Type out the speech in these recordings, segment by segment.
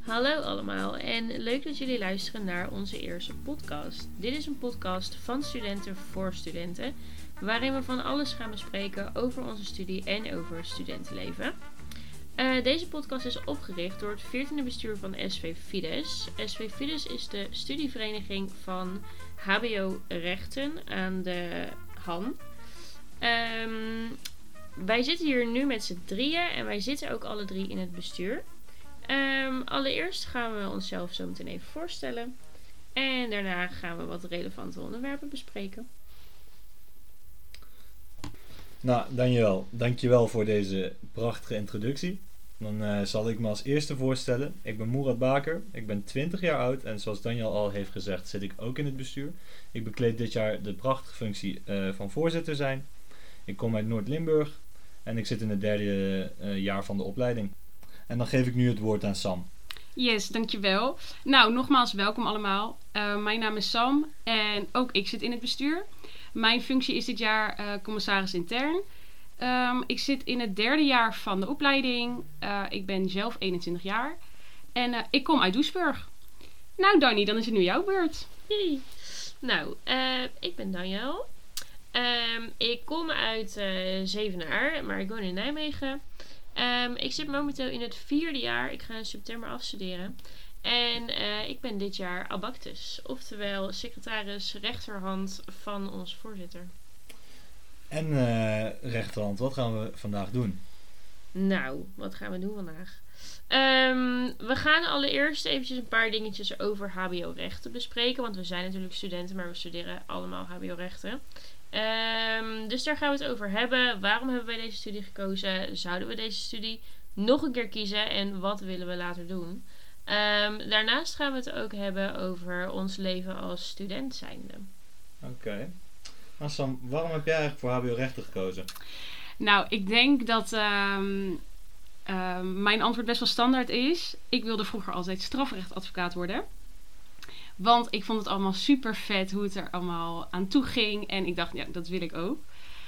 Hallo allemaal en leuk dat jullie luisteren naar onze eerste podcast. Dit is een podcast van studenten voor studenten, waarin we van alles gaan bespreken over onze studie en over studentenleven. Deze podcast is opgericht door het 14e bestuur van SV Fides. SV Fides is de studievereniging van HBO Rechten aan de Han. Wij zitten hier nu met z'n drieën en wij zitten ook alle drie in het bestuur. Allereerst gaan we onszelf zo meteen even voorstellen. En daarna gaan we wat relevante onderwerpen bespreken. Nou, Daniel, dankjewel voor deze prachtige introductie. Dan zal ik me als eerste voorstellen. Ik ben Moerad Baker, ik ben 20 jaar oud en zoals Daniel al heeft gezegd zit ik ook in het bestuur. Ik bekleed dit jaar de prachtige functie van voorzitter zijn. Ik kom uit Noord-Limburg en ik zit in het derde jaar van de opleiding. En dan geef ik nu het woord aan Sam. Yes, dankjewel. Nou, nogmaals welkom allemaal. Mijn naam is Sam en ook ik zit in het bestuur. Mijn functie is dit jaar commissaris intern. Ik zit in het derde jaar van de opleiding. Ik ben zelf 21 jaar. En ik kom uit Doesburg. Nou Danny, dan is het nu jouw beurt. Hey. Nou, ik ben Daniel. Ik kom uit Zevenaar, maar ik woon in Nijmegen. Ik zit momenteel in het 4e jaar. Ik ga in september afstuderen. En ik ben dit jaar abactus. Oftewel secretaris rechterhand van onze voorzitter. En rechterhand, wat gaan we vandaag doen? Nou, wat gaan we doen vandaag? We gaan allereerst eventjes een paar dingetjes over HBO-rechten bespreken. Want we zijn natuurlijk studenten, maar we studeren allemaal HBO-rechten. Dus daar gaan we het over hebben. Waarom hebben wij deze studie gekozen? Zouden we deze studie nog een keer kiezen? En wat willen we later doen? Daarnaast gaan we het ook hebben over ons leven als student zijnde. Oké. Nou Sam, waarom heb jij eigenlijk voor HBO-rechten gekozen? Nou, ik denk dat mijn antwoord best wel standaard is. Ik wilde vroeger altijd strafrechtadvocaat worden. Want ik vond het allemaal super vet hoe het er allemaal aan toe ging. En ik dacht, ja, dat wil ik ook.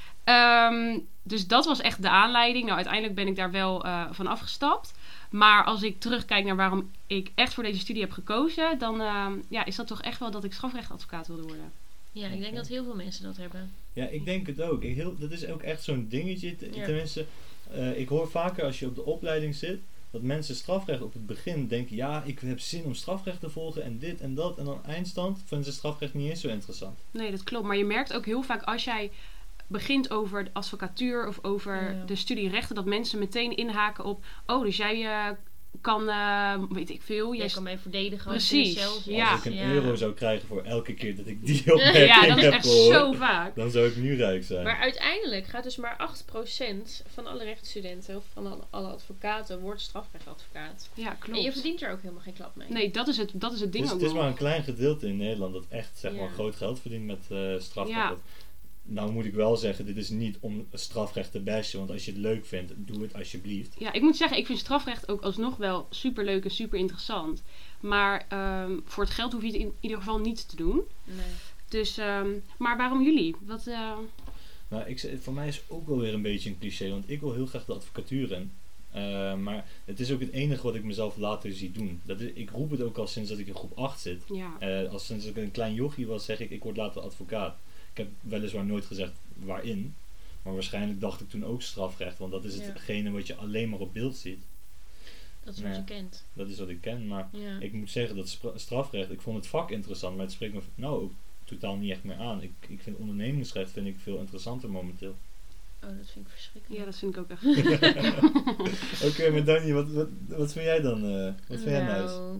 Dus dat was echt de aanleiding. Nou, uiteindelijk ben ik daar wel van afgestapt. Maar als ik terugkijk naar waarom ik echt voor deze studie heb gekozen, dan is dat toch echt wel dat ik strafrechtadvocaat wilde worden. Ja, ik denk dat heel veel mensen dat hebben. Ja, ik denk het ook. Dat is ook echt zo'n dingetje. Tenminste, ik hoor vaker als je op de opleiding zit, dat mensen strafrecht op het begin denken, ja, ik heb zin om strafrecht te volgen en dit en dat. En dan eindstand vinden ze strafrecht niet eens zo interessant. Nee, dat klopt. Maar je merkt ook heel vaak als jij begint over de advocatuur of over de studie rechten, dat mensen meteen inhaken op, dus jij kan, weet ik veel. Jij kan mij verdedigen als precies. je zelf. Als ik een euro zou krijgen voor elke keer dat ik die opmerking heb dat is echt gehoord, zo vaak. Dan zou ik nu rijk zijn. Maar uiteindelijk gaat dus maar 8% van alle rechtsstudenten of van alle advocaten wordt strafrechtadvocaat. Ja, klopt. En je verdient er ook helemaal geen klap mee. Nee, dat is het ding Dus ook het is nog. maar een klein gedeelte in Nederland dat echt maar groot geld verdient met strafrecht. Ja. Nou moet ik wel zeggen, dit is niet om strafrecht te bashen, want als je het leuk vindt, doe het alsjeblieft. Ja, ik moet zeggen, ik vind strafrecht ook alsnog wel super leuk en super interessant. Maar voor het geld hoef je het in ieder geval niet te doen. Nee. Dus, maar waarom jullie? Nou, voor mij is ook wel weer een beetje een cliché, want ik wil heel graag de advocatuur in. Maar het is ook het enige wat ik mezelf later zie doen. Ik roep het ook al sinds dat ik in groep 8 zit. Ja. Sinds ik een klein jochie was, zeg ik word later advocaat. Ik heb weliswaar nooit gezegd waarin. Maar waarschijnlijk dacht ik toen ook strafrecht. Want dat is hetgene wat je alleen maar op beeld ziet. Dat is wat je kent. Dat is wat ik ken. Maar ik moet zeggen dat strafrecht, ik vond het vak interessant. Maar het spreekt me ook totaal niet echt meer aan. Ik vind ondernemingsrecht veel interessanter momenteel. Oh, dat vind ik verschrikkelijk. Ja, dat vind ik ook echt. Oké, maar Danny, wat vind jij dan? Wat vind jij nice?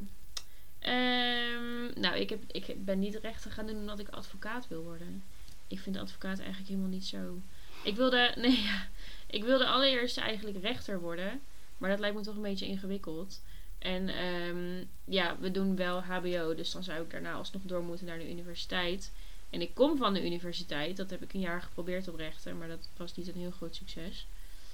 Nou, ik ben niet rechten gaan doen omdat ik advocaat wil worden. Ik vind de advocaat eigenlijk helemaal niet zo. Ik wilde allereerst eigenlijk rechter worden. Maar dat lijkt me toch een beetje ingewikkeld. En we doen wel HBO. Dus dan zou ik daarna alsnog door moeten naar de universiteit. En ik kom van de universiteit. Dat heb ik een jaar geprobeerd op rechten. Maar dat was niet een heel groot succes.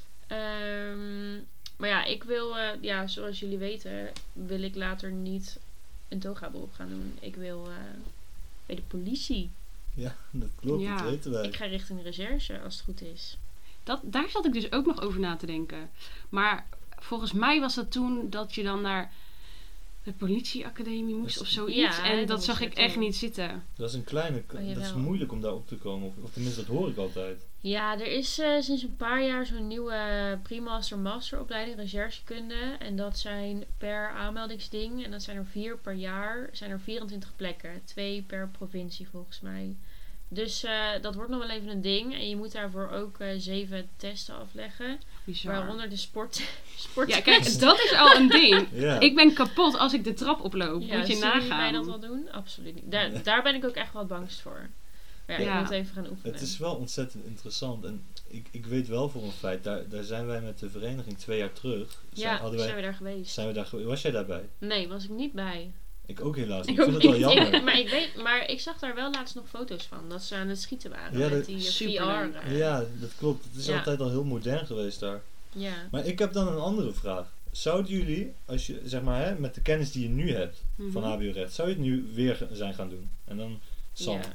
Maar ja, ik wil, zoals jullie weten, wil ik later niet een toga-beroep gaan doen. Ik wil bij de politie. Ja, dat klopt, dat weten wij. Ik ga richting recherche, als het goed is. Daar zat ik dus ook nog over na te denken. Maar volgens mij was dat toen dat je dan naar de politieacademie moest of zoiets. Ja, en dat dat moest zag er ik echt toen. niet zitten. Dat is een kleine... Oh, jawel. dat is moeilijk om daar op te komen. Of tenminste, dat hoor ik altijd. Ja, er is sinds een paar jaar zo'n nieuwe pre-master-masteropleiding recherchekunde. En dat zijn per aanmeldingsding. En dat zijn er 4 per jaar. Zijn er 24 plekken. 2 per provincie volgens mij. Dus dat wordt nog wel even een ding. En je moet daarvoor ook 7 testen afleggen. Bizar. Waaronder de sport. Ja, kijk, dat is al een ding. Ja. Ik ben kapot als ik de trap oploop. Ja, moet je zullen nagaan. wij dat wel doen? Absoluut niet. Daar ben ik ook echt wel bangst voor. Maar ja, Ja. ik moet even gaan oefenen. Het is wel ontzettend interessant. En ik weet wel voor een feit, daar zijn wij met de vereniging 2 jaar terug. Zijn we daar geweest? Was jij daarbij? Nee, was ik niet bij. Ik ook helaas niet. Ik Ik ook vind het wel niet. jammer. Maar ik zag daar wel laatst nog foto's van. Dat ze aan het schieten waren. Ja, met dat- die Superleuk. VR. Ja, dat klopt. Het is Ja. altijd al heel modern geweest daar. Ja. Maar ik heb dan een andere vraag. Zouden jullie, als je zeg maar met de kennis die je nu hebt van Mhm. HBO-recht, zou je het nu weer zijn gaan doen? En dan Sam. Ja.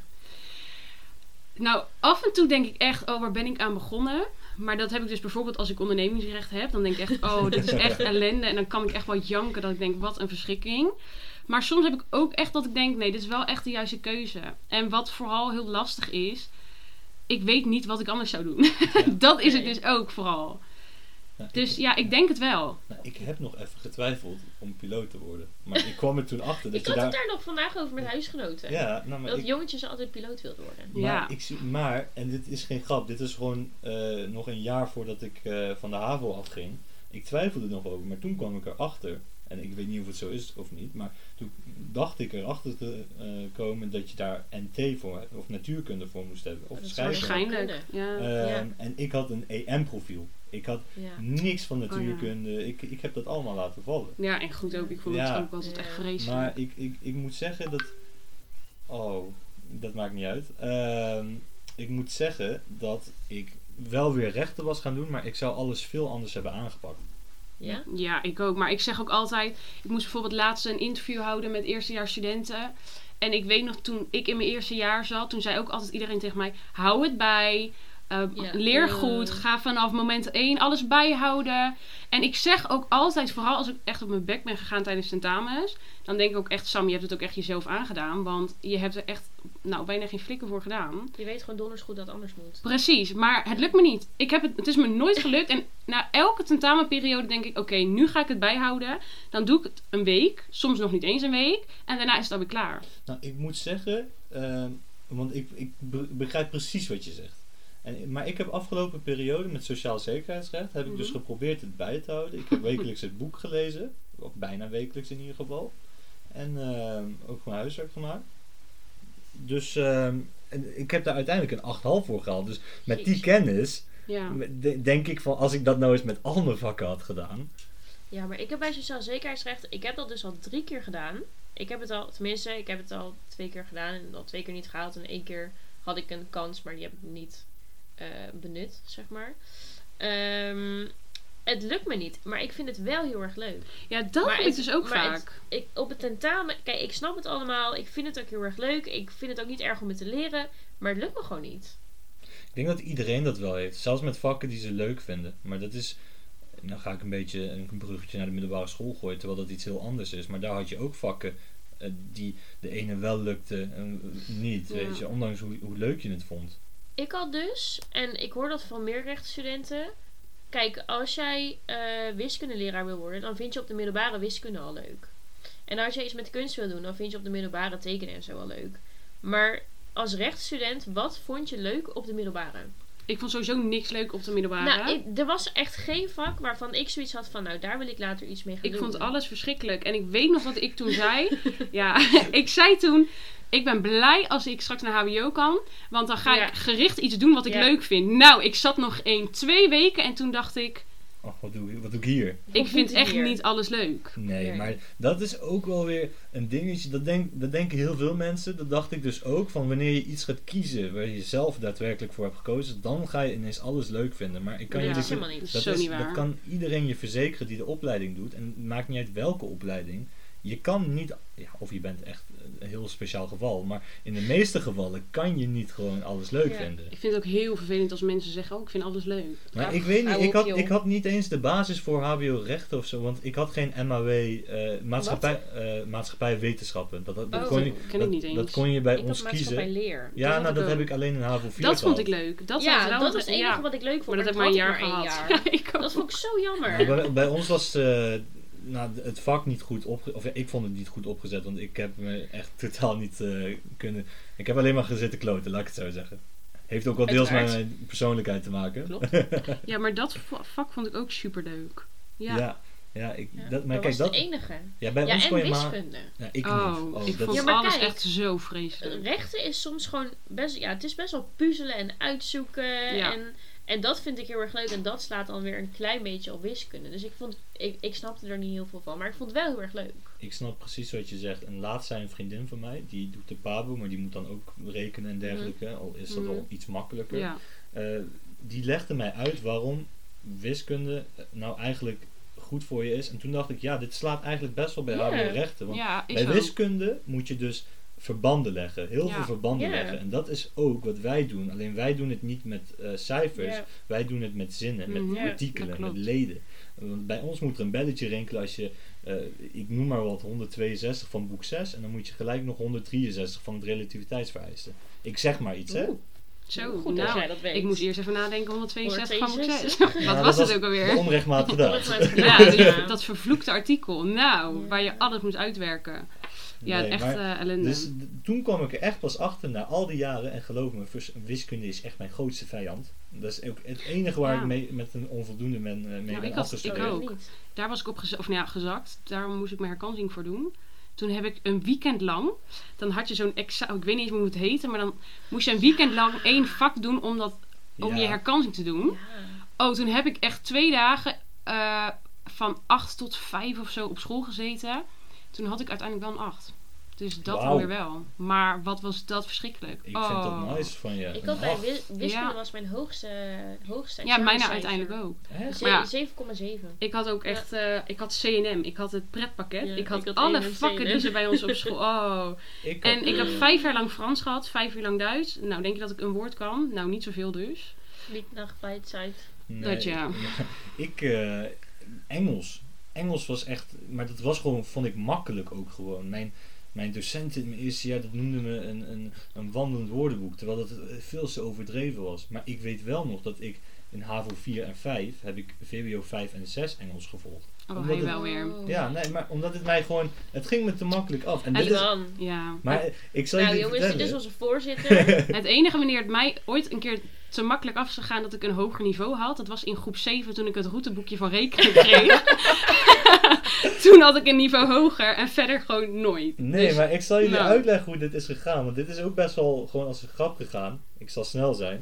Nou, af en toe denk ik echt, oh, waar ben ik aan begonnen? Maar dat heb ik dus bijvoorbeeld als ik ondernemingsrecht heb. Dan denk ik echt, oh, dit is echt ellende. En dan kan ik echt wel janken dat ik denk, wat een verschrikking. Maar soms heb ik ook echt dat ik denk, nee, dit is wel echt de juiste keuze. En wat vooral heel lastig is, ik weet niet wat ik anders zou doen. Ja. Dat is het Nee. dus ook vooral. Nou, Dus ja, ik denk het wel. ik heb nog even getwijfeld om piloot te worden. Maar ik kwam er toen achter dat Ik je had het daar... daar nog vandaag over met huisgenoten. Ja, nou, maar Dat ik... jongetjes altijd piloot wilden worden. Ja. Maar, en dit is geen grap, dit is gewoon nog een jaar voordat ik van de HAVO afging. Ik twijfelde nog over, maar toen kwam ik erachter, en ik weet niet of het zo is of niet, maar toen dacht ik erachter te komen dat je daar NT voor, of natuurkunde voor moest hebben, of Dat is scheikunde. Waarschijnlijk. Ja. Ja. En ik had een EM-profiel. Ik had Ja. niks van natuurkunde, ik heb dat allemaal laten vallen. Ja, en goed ook. Ik vond Ja. het ook altijd echt Ja. vreselijk. Maar ik moet zeggen dat... Oh, dat maakt niet uit. Ik moet zeggen dat ik wel weer rechten was gaan doen, maar ik zou alles veel anders hebben aangepakt. Ja? Ja, ik ook. Maar ik zeg ook altijd... Ik moest bijvoorbeeld laatst een interview houden met eerstejaars studenten. En ik weet nog, toen ik in mijn eerste jaar zat... Toen zei ook altijd iedereen tegen mij... Hou het bij. Ja. Leer goed. Ga vanaf moment 1 alles bijhouden. En ik zeg ook altijd... Vooral als ik echt op mijn bek ben gegaan tijdens tentamens... Dan denk ik ook echt... Sam, je hebt het ook echt jezelf aangedaan. Want je hebt er echt... Nou, bijna geen flikker voor gedaan. Je weet gewoon donders goed dat het anders moet. Precies, maar het lukt me niet. Het is me nooit gelukt. En na elke tentamenperiode denk ik... Oké, nu ga ik het bijhouden. Dan doe ik het een week. Soms nog niet eens een week. En daarna is het alweer klaar. Nou, ik moet zeggen, want ik begrijp precies wat je zegt. Maar ik heb afgelopen periode met sociaal zekerheidsrecht, heb ik dus geprobeerd het bij te houden. Ik heb wekelijks het boek gelezen, of bijna wekelijks in ieder geval. En ook mijn huiswerk gemaakt. Dus en ik heb daar uiteindelijk een 8,5 voor gehaald. Dus met die Jeez. kennis Ja. denk ik van, als ik dat nou eens met al mijn vakken had gedaan. Ja, maar ik heb bij sociaal zekerheidsrecht... Ik heb dat dus al 3 keer gedaan. Ik heb het al 2 keer gedaan en al 2 keer niet gehaald. En 1 keer had ik een kans, maar die heb ik niet benut, zeg maar. Het lukt me niet, maar ik vind het wel heel erg leuk. Ja, dat Maar heb ik dus ook maar vaak. Op het tentamen... Kijk, ik snap het allemaal. Ik vind het ook heel erg leuk. Ik vind het ook niet erg om het te leren. Maar het lukt me gewoon niet. Ik denk dat iedereen dat wel heeft. Zelfs met vakken die ze leuk vinden. Maar dat is... Dan ga ik een beetje een bruggetje naar de middelbare school gooien. Terwijl dat iets heel anders is. Maar daar had je ook vakken die de ene wel lukte en niet. Ja. Weet je, ondanks hoe leuk je het vond. Ik had dus, en ik hoor dat van meer rechtsstudenten. Kijk, als jij wiskundeleraar wil worden, dan vind je op de middelbare wiskunde al leuk. En als jij iets met kunst wil doen, dan vind je op de middelbare tekenen en zo al leuk. Maar als rechtsstudent, wat vond je leuk op de middelbare? Ik vond sowieso niks leuk op de middelbare. Nou, er was echt geen vak waarvan ik zoiets had van, nou, daar wil ik later iets mee gaan Ik doen. vond alles verschrikkelijk. En ik weet nog wat ik toen zei. Ja, ik zei toen... Ik ben blij als ik straks naar HBO kan. Want dan ga Ja. ik gericht iets doen wat ik Ja. leuk vind. Nou, ik zat nog 2 weken en toen dacht ik... Oh, wat doe ik hier? Ik Wat vind moet ik echt hier? niet alles leuk. Nee, Nee. maar dat is ook wel weer een dingetje. Dat denken heel veel mensen. Dat dacht ik dus ook. Van wanneer je iets gaat kiezen waar je zelf daadwerkelijk voor hebt gekozen. Dan ga je ineens alles leuk vinden. Maar ik kan Ja. je Dat is dus... helemaal niet. Zo niet waar. Dat kan iedereen je verzekeren die de opleiding doet. En het maakt niet uit welke opleiding. je kan niet, of je bent echt een heel speciaal geval, maar in de meeste gevallen kan je niet gewoon alles leuk vinden. Ik vind het ook heel vervelend als mensen zeggen, ik vind alles leuk. Maar ik weet niet, ik had niet eens de basis voor HBO-rechten of zo, want ik had geen MAW, maatschappij wetenschappen. Dat kon je bij ons kiezen. Leer. Ja, dat heb ik alleen in HAVO 4 Dat vond ik leuk. Dat was het enige wat ik leuk vond. Maar dat heb ik maar een jaar gehad. Ja, dat vond ik zo jammer. Ja, bij ons was het vak niet goed ik vond het niet goed opgezet, want ik heb me echt totaal niet kunnen. Ik heb alleen maar zitten kloten, laat ik het zo zeggen. Heeft ook wel deels met mijn persoonlijkheid te maken. Klopt. Ja, maar dat vak vond ik ook superleuk. Ja. Dat was het enige. Ja, bij ons kon je wiskunde. Ja, ik vond alles echt zo vreselijk. Rechten is soms gewoon het is best wel puzzelen en uitzoeken. Ja. En dat vind ik heel erg leuk. En dat slaat dan weer een klein beetje op wiskunde. Dus ik snapte er niet heel veel van. Maar ik vond het wel heel erg leuk. Ik snap precies wat je zegt. En laatst zei een vriendin van mij, die doet de PABO, maar die moet dan ook rekenen en dergelijke. Al is dat al iets makkelijker. Ja. Die legde mij uit waarom wiskunde nou eigenlijk goed voor je is. En toen dacht ik, dit slaat eigenlijk best wel bij HBO-rechten. Want bij wiskunde moet je dus verbanden leggen. Heel veel verbanden leggen. En dat is ook wat wij doen. Alleen wij doen het niet met cijfers. Wij doen het met zinnen, met artikelen, met leden. Want bij ons moet er een belletje rinkelen als je, ik noem maar wat, 162 van boek 6. En dan moet je gelijk nog 163 van het relativiteitsvereiste. Ik zeg maar iets, hè. Zo, goed als jij dat weet. Ik moest eerst even nadenken, 162 van boek 6. Wat was het ook alweer? Onrechtmatig gedaan. Ja, dat vervloekte artikel. Waar je alles moest uitwerken. Ja, echt ellende. Dus toen kwam ik er echt pas achter na al die jaren. En geloof me, wiskunde is echt mijn grootste vijand. Dat is ook het enige waar ik mee met een onvoldoende ben afgestudeerd. Ik ook. Daar was ik op gezakt. Daar moest ik mijn herkansing voor doen. Toen heb ik een weekend lang, dan had je zo'n examen, ik weet niet eens hoe het heette, maar dan moest je een weekend lang 1 vak doen om je herkansing te doen. Ja. Toen heb ik echt 2 dagen van 8 tot 5 of zo op school gezeten. Toen had ik uiteindelijk wel een 8. Dus dat dan weer wel. Maar wat was dat verschrikkelijk. Ik vind dat nice van je. Ik had bij wiskunde was mijn hoogste Ja, mijn uiteindelijk ook. 7,7. Ik had ook echt, ik had C&M. Ik had het pretpakket. Ik had alle vakken die ze bij ons op school. Ik heb 5 jaar lang Frans gehad, 5 jaar lang Duits. Nou, denk je dat ik een woord kan? Nou, niet zoveel dus. Niet naar bij het Zuid. Engels was echt, maar dat was gewoon, vond ik makkelijk ook gewoon. Mijn docent in mijn eerste jaar, dat noemde me een wandelend woordenboek, terwijl dat veel te overdreven was. Maar ik weet wel nog dat ik in HAVO 4 en 5 heb ik VWO 5 en 6 Engels gevolgd. Wel weer. Ja, nee, maar omdat het mij gewoon, het ging me te makkelijk af. En dit is, maar ik zal je jongens, dit is onze voorzitter. Het enige wanneer het mij ooit een keer te makkelijk af is gegaan dat ik een hoger niveau had, dat was in groep 7 toen ik het routeboekje van rekenen kreeg. Toen had ik een niveau hoger en verder gewoon nooit. Nee, dus, maar ik zal jullie uitleggen hoe dit is gegaan, want dit is ook best wel gewoon als een grap gegaan. Ik zal snel zijn.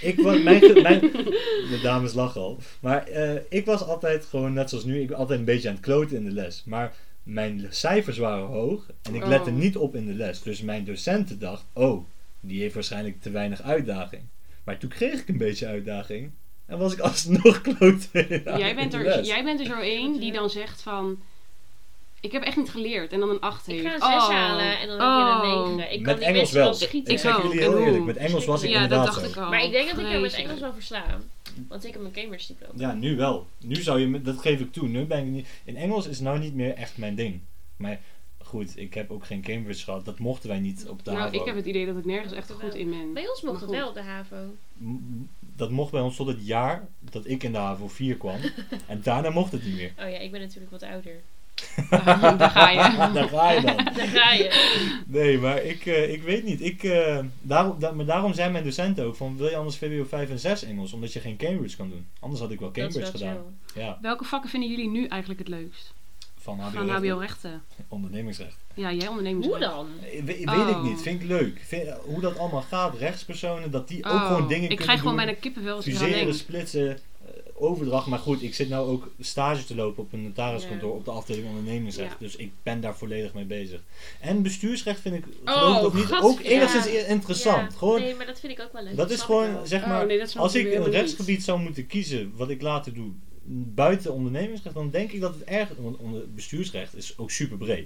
De dames lachen al. Maar ik was altijd gewoon, net zoals nu, ik was altijd een beetje aan het kloten in de les. Maar mijn cijfers waren hoog en ik lette niet op in de les. Dus mijn docenten dacht, die heeft waarschijnlijk te weinig uitdaging. Maar toen kreeg ik een beetje uitdaging en was ik alsnog kloten. Jij bent er zo één die dan zegt van, ik heb echt niet geleerd en dan een 8 heeft. Ik ga een 6 halen en dan heb je een 9. Ik kan met Engels wel schieten. Ik zeg jullie heel eerlijk, met Engels was ik inderdaad dat dacht ik al. Maar ik denk dat ik er met Engels wel verslaan. Want ik heb mijn Cambridge diploma. Ja, nu wel. Nu zou je, dat geef ik toe. Nu ben ik niet, in Engels is nou niet meer echt mijn ding. Maar goed, ik heb ook geen Cambridge gehad. Dat mochten wij niet op de HAVO. Ik heb het idee dat ik nergens echt goed in ben. Bij ons mocht het wel op de HAVO. Dat mocht bij ons tot het jaar dat ik in de HAVO 4 kwam. En daarna mocht het niet meer. Oh ja, ik ben natuurlijk wat ouder. Daar ga je. Daar ga je dan. Daar ga je. Nee, maar ik weet niet. Maar daarom zijn mijn docenten ook van, wil je anders VWO 5 en 6 Engels? Omdat je geen Cambridge kan doen. Anders had ik wel Cambridge gedaan. Ja. Welke vakken vinden jullie nu eigenlijk het leukst? Van HBO-rechten. Ondernemingsrecht. Ja, jij ondernemingsrecht. Hoe dan? Weet ik niet. Vind ik leuk. Hoe dat allemaal gaat. Rechtspersonen, dat die ook gewoon dingen kunnen doen. Ik krijg gewoon bijna kippenvel als ik eraan denk. Fuseren, splitsen, overdracht. Maar goed, ik zit nou ook stage te lopen op een notariskantoor op de afdeling ondernemingsrecht. Ja. Dus ik ben daar volledig mee bezig. En bestuursrecht vind ik ook enigszins interessant. Ja. Gewoon, nee, maar dat vind ik ook wel leuk. Dat is gewoon, zeg maar, als ik een rechtsgebied zou moeten kiezen, wat ik later doe, buiten ondernemingsrecht, dan denk ik dat het erg, want bestuursrecht is ook super breed.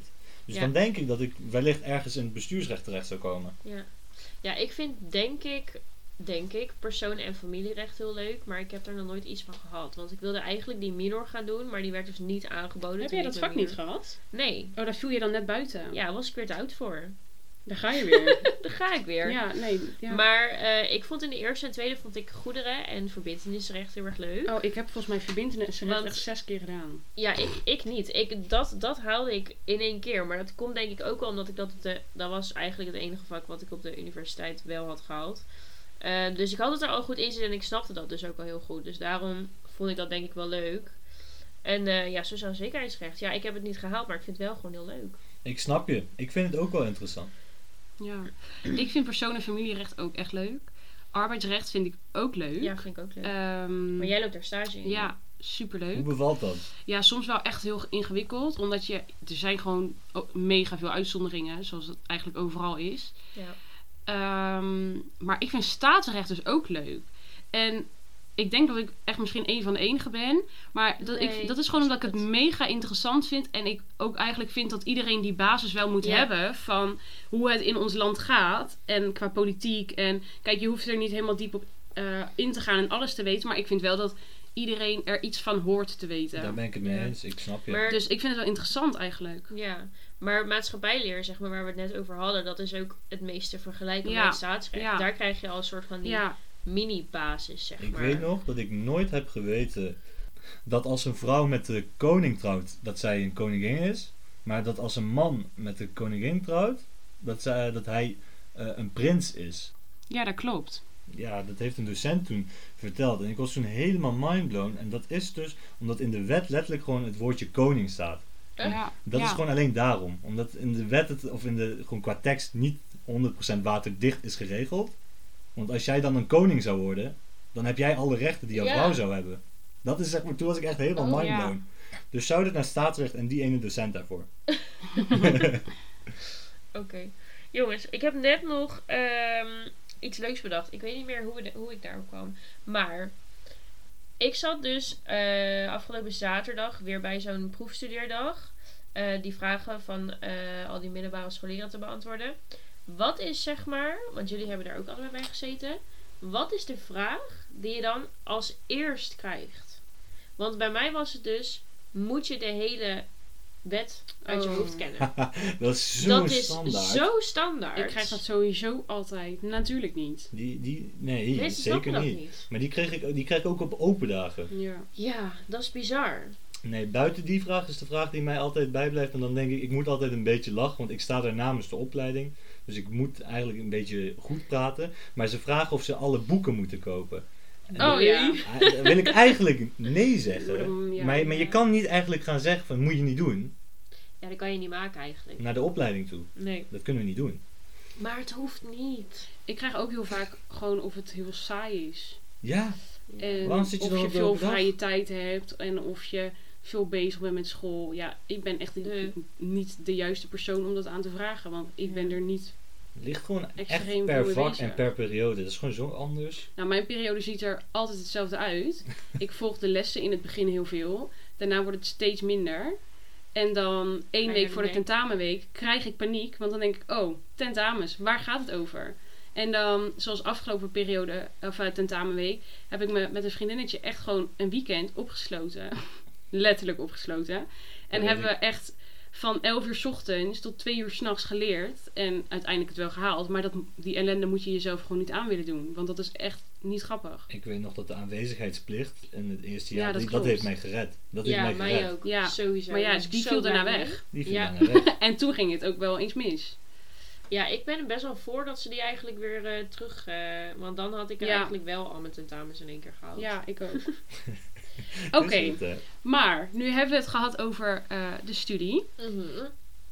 Dus Ja. dan denk ik dat ik wellicht ergens in het bestuursrecht terecht zou komen. Ja, ik vind, denk ik, persoon- en familierecht heel leuk. Maar ik heb daar nog nooit iets van gehad. Want ik wilde eigenlijk die minor gaan doen, maar die werd dus niet aangeboden. Heb toen jij ik dat mijn vak niet minor- gehad? Nee. Oh, daar viel je dan net buiten. Ja, was ik weer te oud voor. Daar ga je weer. Daar ga ik weer. Ja, nee. Ja. Maar ik vond in de eerste en tweede vond ik goederen en verbintenisrecht heel erg leuk. Oh, ik heb volgens mij verbintenisrecht Want- echt 6 keer gedaan. Ja, ik niet. Dat haalde ik in 1 keer. Maar dat komt denk ik ook wel omdat ik dat dat was eigenlijk het enige vak wat ik op de universiteit wel had gehaald. Dus ik had het er al goed in zitten en ik snapte dat dus ook al heel goed. Dus daarom vond ik dat denk ik wel leuk. En ja, sociaal zekerheidsrecht. Ja, ik heb het niet gehaald, maar ik vind het wel gewoon heel leuk. Ik snap je. Ik vind het ook wel interessant. Ja. Ik vind persoon- en familierecht ook echt leuk. Arbeidsrecht vind ik ook leuk. Ja, vind ik ook leuk. Ehm, Maar jij loopt daar stage in. ja, superleuk. Hoe bevalt dat? Ja, soms wel echt heel ingewikkeld. Omdat er zijn gewoon mega veel uitzonderingen. Zoals het eigenlijk overal is. Ja. Maar ik vind staatsrecht dus ook leuk. En ik denk dat ik echt misschien een van de enigen ben. Maar Nee, dat is gewoon omdat ik het het. mega interessant vind. En ik ook eigenlijk vind dat iedereen die basis wel moet Ja. hebben. Van hoe het in ons land gaat. En qua politiek. En kijk, je hoeft er niet helemaal diep op in te gaan en alles te weten. Maar ik vind wel dat iedereen er iets van hoort te weten. Daar ben ik het mee Ja. eens. Ik snap je. Maar- Dus ik vind het wel interessant eigenlijk. Ja, maar maatschappijleer, zeg maar, waar we het net over hadden, dat is ook het meeste vergelijken Ja, met staatsrecht. ja. Daar krijg je al een soort van die Ja, mini-basis, zeg Ik maar. weet nog dat ik nooit heb geweten dat als een vrouw met de koning trouwt, dat zij een koningin is. Maar dat als een man met de koningin trouwt, dat hij een prins is. ja, dat klopt. Ja, dat heeft een docent toen verteld. En ik was toen helemaal mindblown. En dat is dus omdat in de wet letterlijk gewoon het woordje koning staat. Ja, Dat ja. is gewoon alleen daarom. Omdat in de wet gewoon qua tekst niet 100% waterdicht is geregeld. Want als jij dan een koning zou worden, dan heb jij alle rechten die jouw Ja. vrouw zou hebben. Dat is zeg maar, toen was ik echt helemaal Oh, mindblown. Dus shout-out naar staatsrecht en die ene docent daarvoor. Oké. Jongens, ik heb net nog iets leuks bedacht. Ik weet niet meer hoe ik daarop kwam. Maar ik zat dus afgelopen zaterdag weer bij zo'n proefstudeerdag. Die vragen van al die middelbare scholieren te beantwoorden. Wat is zeg maar, want jullie hebben daar ook allebei bij gezeten. Wat is de vraag die je dan als eerst krijgt? Want bij mij was het dus, moet je de hele wet uit je Oh. hoofd kennen? Dat is zo Dat is standaard. zo standaard. Ik krijg dat sowieso altijd. Natuurlijk niet. Nee, Mensen snappen zeker dat niet. niet. Maar die krijg ik ook op open dagen. Ja. Ja, dat is bizar. Nee, buiten die vraag is de vraag die mij altijd bijblijft. En dan denk ik moet altijd een beetje lachen, want ik sta daar namens de opleiding. Dus ik moet eigenlijk een beetje goed praten. Maar ze vragen of ze alle boeken moeten kopen. En Oh ja. dan wil ik eigenlijk nee zeggen. Ja, maar je ja. kan niet eigenlijk gaan zeggen van moet je niet doen. Ja, dat kan je niet maken eigenlijk. Naar de opleiding toe. Nee. Dat kunnen we niet doen. Maar het hoeft niet. Ik krijg ook heel vaak gewoon of het heel saai is. Ja, En Waarom zit je of dan je op de veel open dag? vrije tijd hebt. En of je veel bezig bent met school. Ja, ik ben echt Nee. niet de juiste persoon om dat aan te vragen. Want ik ben er niet... het ligt gewoon Extreem echt per veel vak bezig. en per periode. Dat is gewoon zo anders. Nou, mijn periode ziet er altijd hetzelfde uit. Ik volg de lessen in het begin heel veel. Daarna wordt het steeds minder. En dan 1 je week er voor de niet mee? tentamenweek krijg ik paniek. Want dan denk ik, oh, tentamens, waar gaat het over? En dan, zoals afgelopen periode, of tentamenweek, heb ik me met een vriendinnetje echt gewoon een weekend opgesloten. Letterlijk opgesloten. En weet hebben we echt van 11 uur 's ochtends tot 2 uur 's nachts geleerd. En uiteindelijk het wel gehaald. Maar die ellende moet je jezelf gewoon niet aan willen doen. Want dat is echt niet grappig. Ik weet nog dat de aanwezigheidsplicht in het eerste Ja, jaar, dat dat klopt. heeft mij gered. Dat heeft Ja, mij mij gered. ook. Ja, Sowieso. Maar ja, Daar was ik die zo viel daarna blij mee. weg. Die viel Ja. bijna weg. En toen ging het ook wel eens mis. Ja, ik ben er best wel voor dat ze die eigenlijk weer terug... want dan had ik er Ja. eigenlijk wel al mijn tentamens in 1 keer gehaald. Ja, ik ook. Oké. Oké, maar nu hebben we het gehad over de studie. Mhm.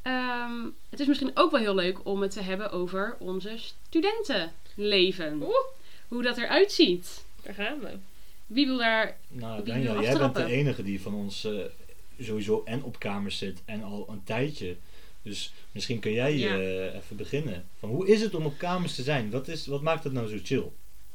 Het is misschien ook wel heel leuk om het te hebben over onze studentenleven. Oeh. Hoe dat eruit ziet. Daar gaan we. Wie wil daar... Nou, Wie Daniel, wil jij bent de aftrappen? enige die van ons sowieso en op kamers zit en al een tijdje. Dus misschien kun jij Ja. even beginnen. Van, hoe is het om op kamers te zijn? Wat maakt het nou zo chill?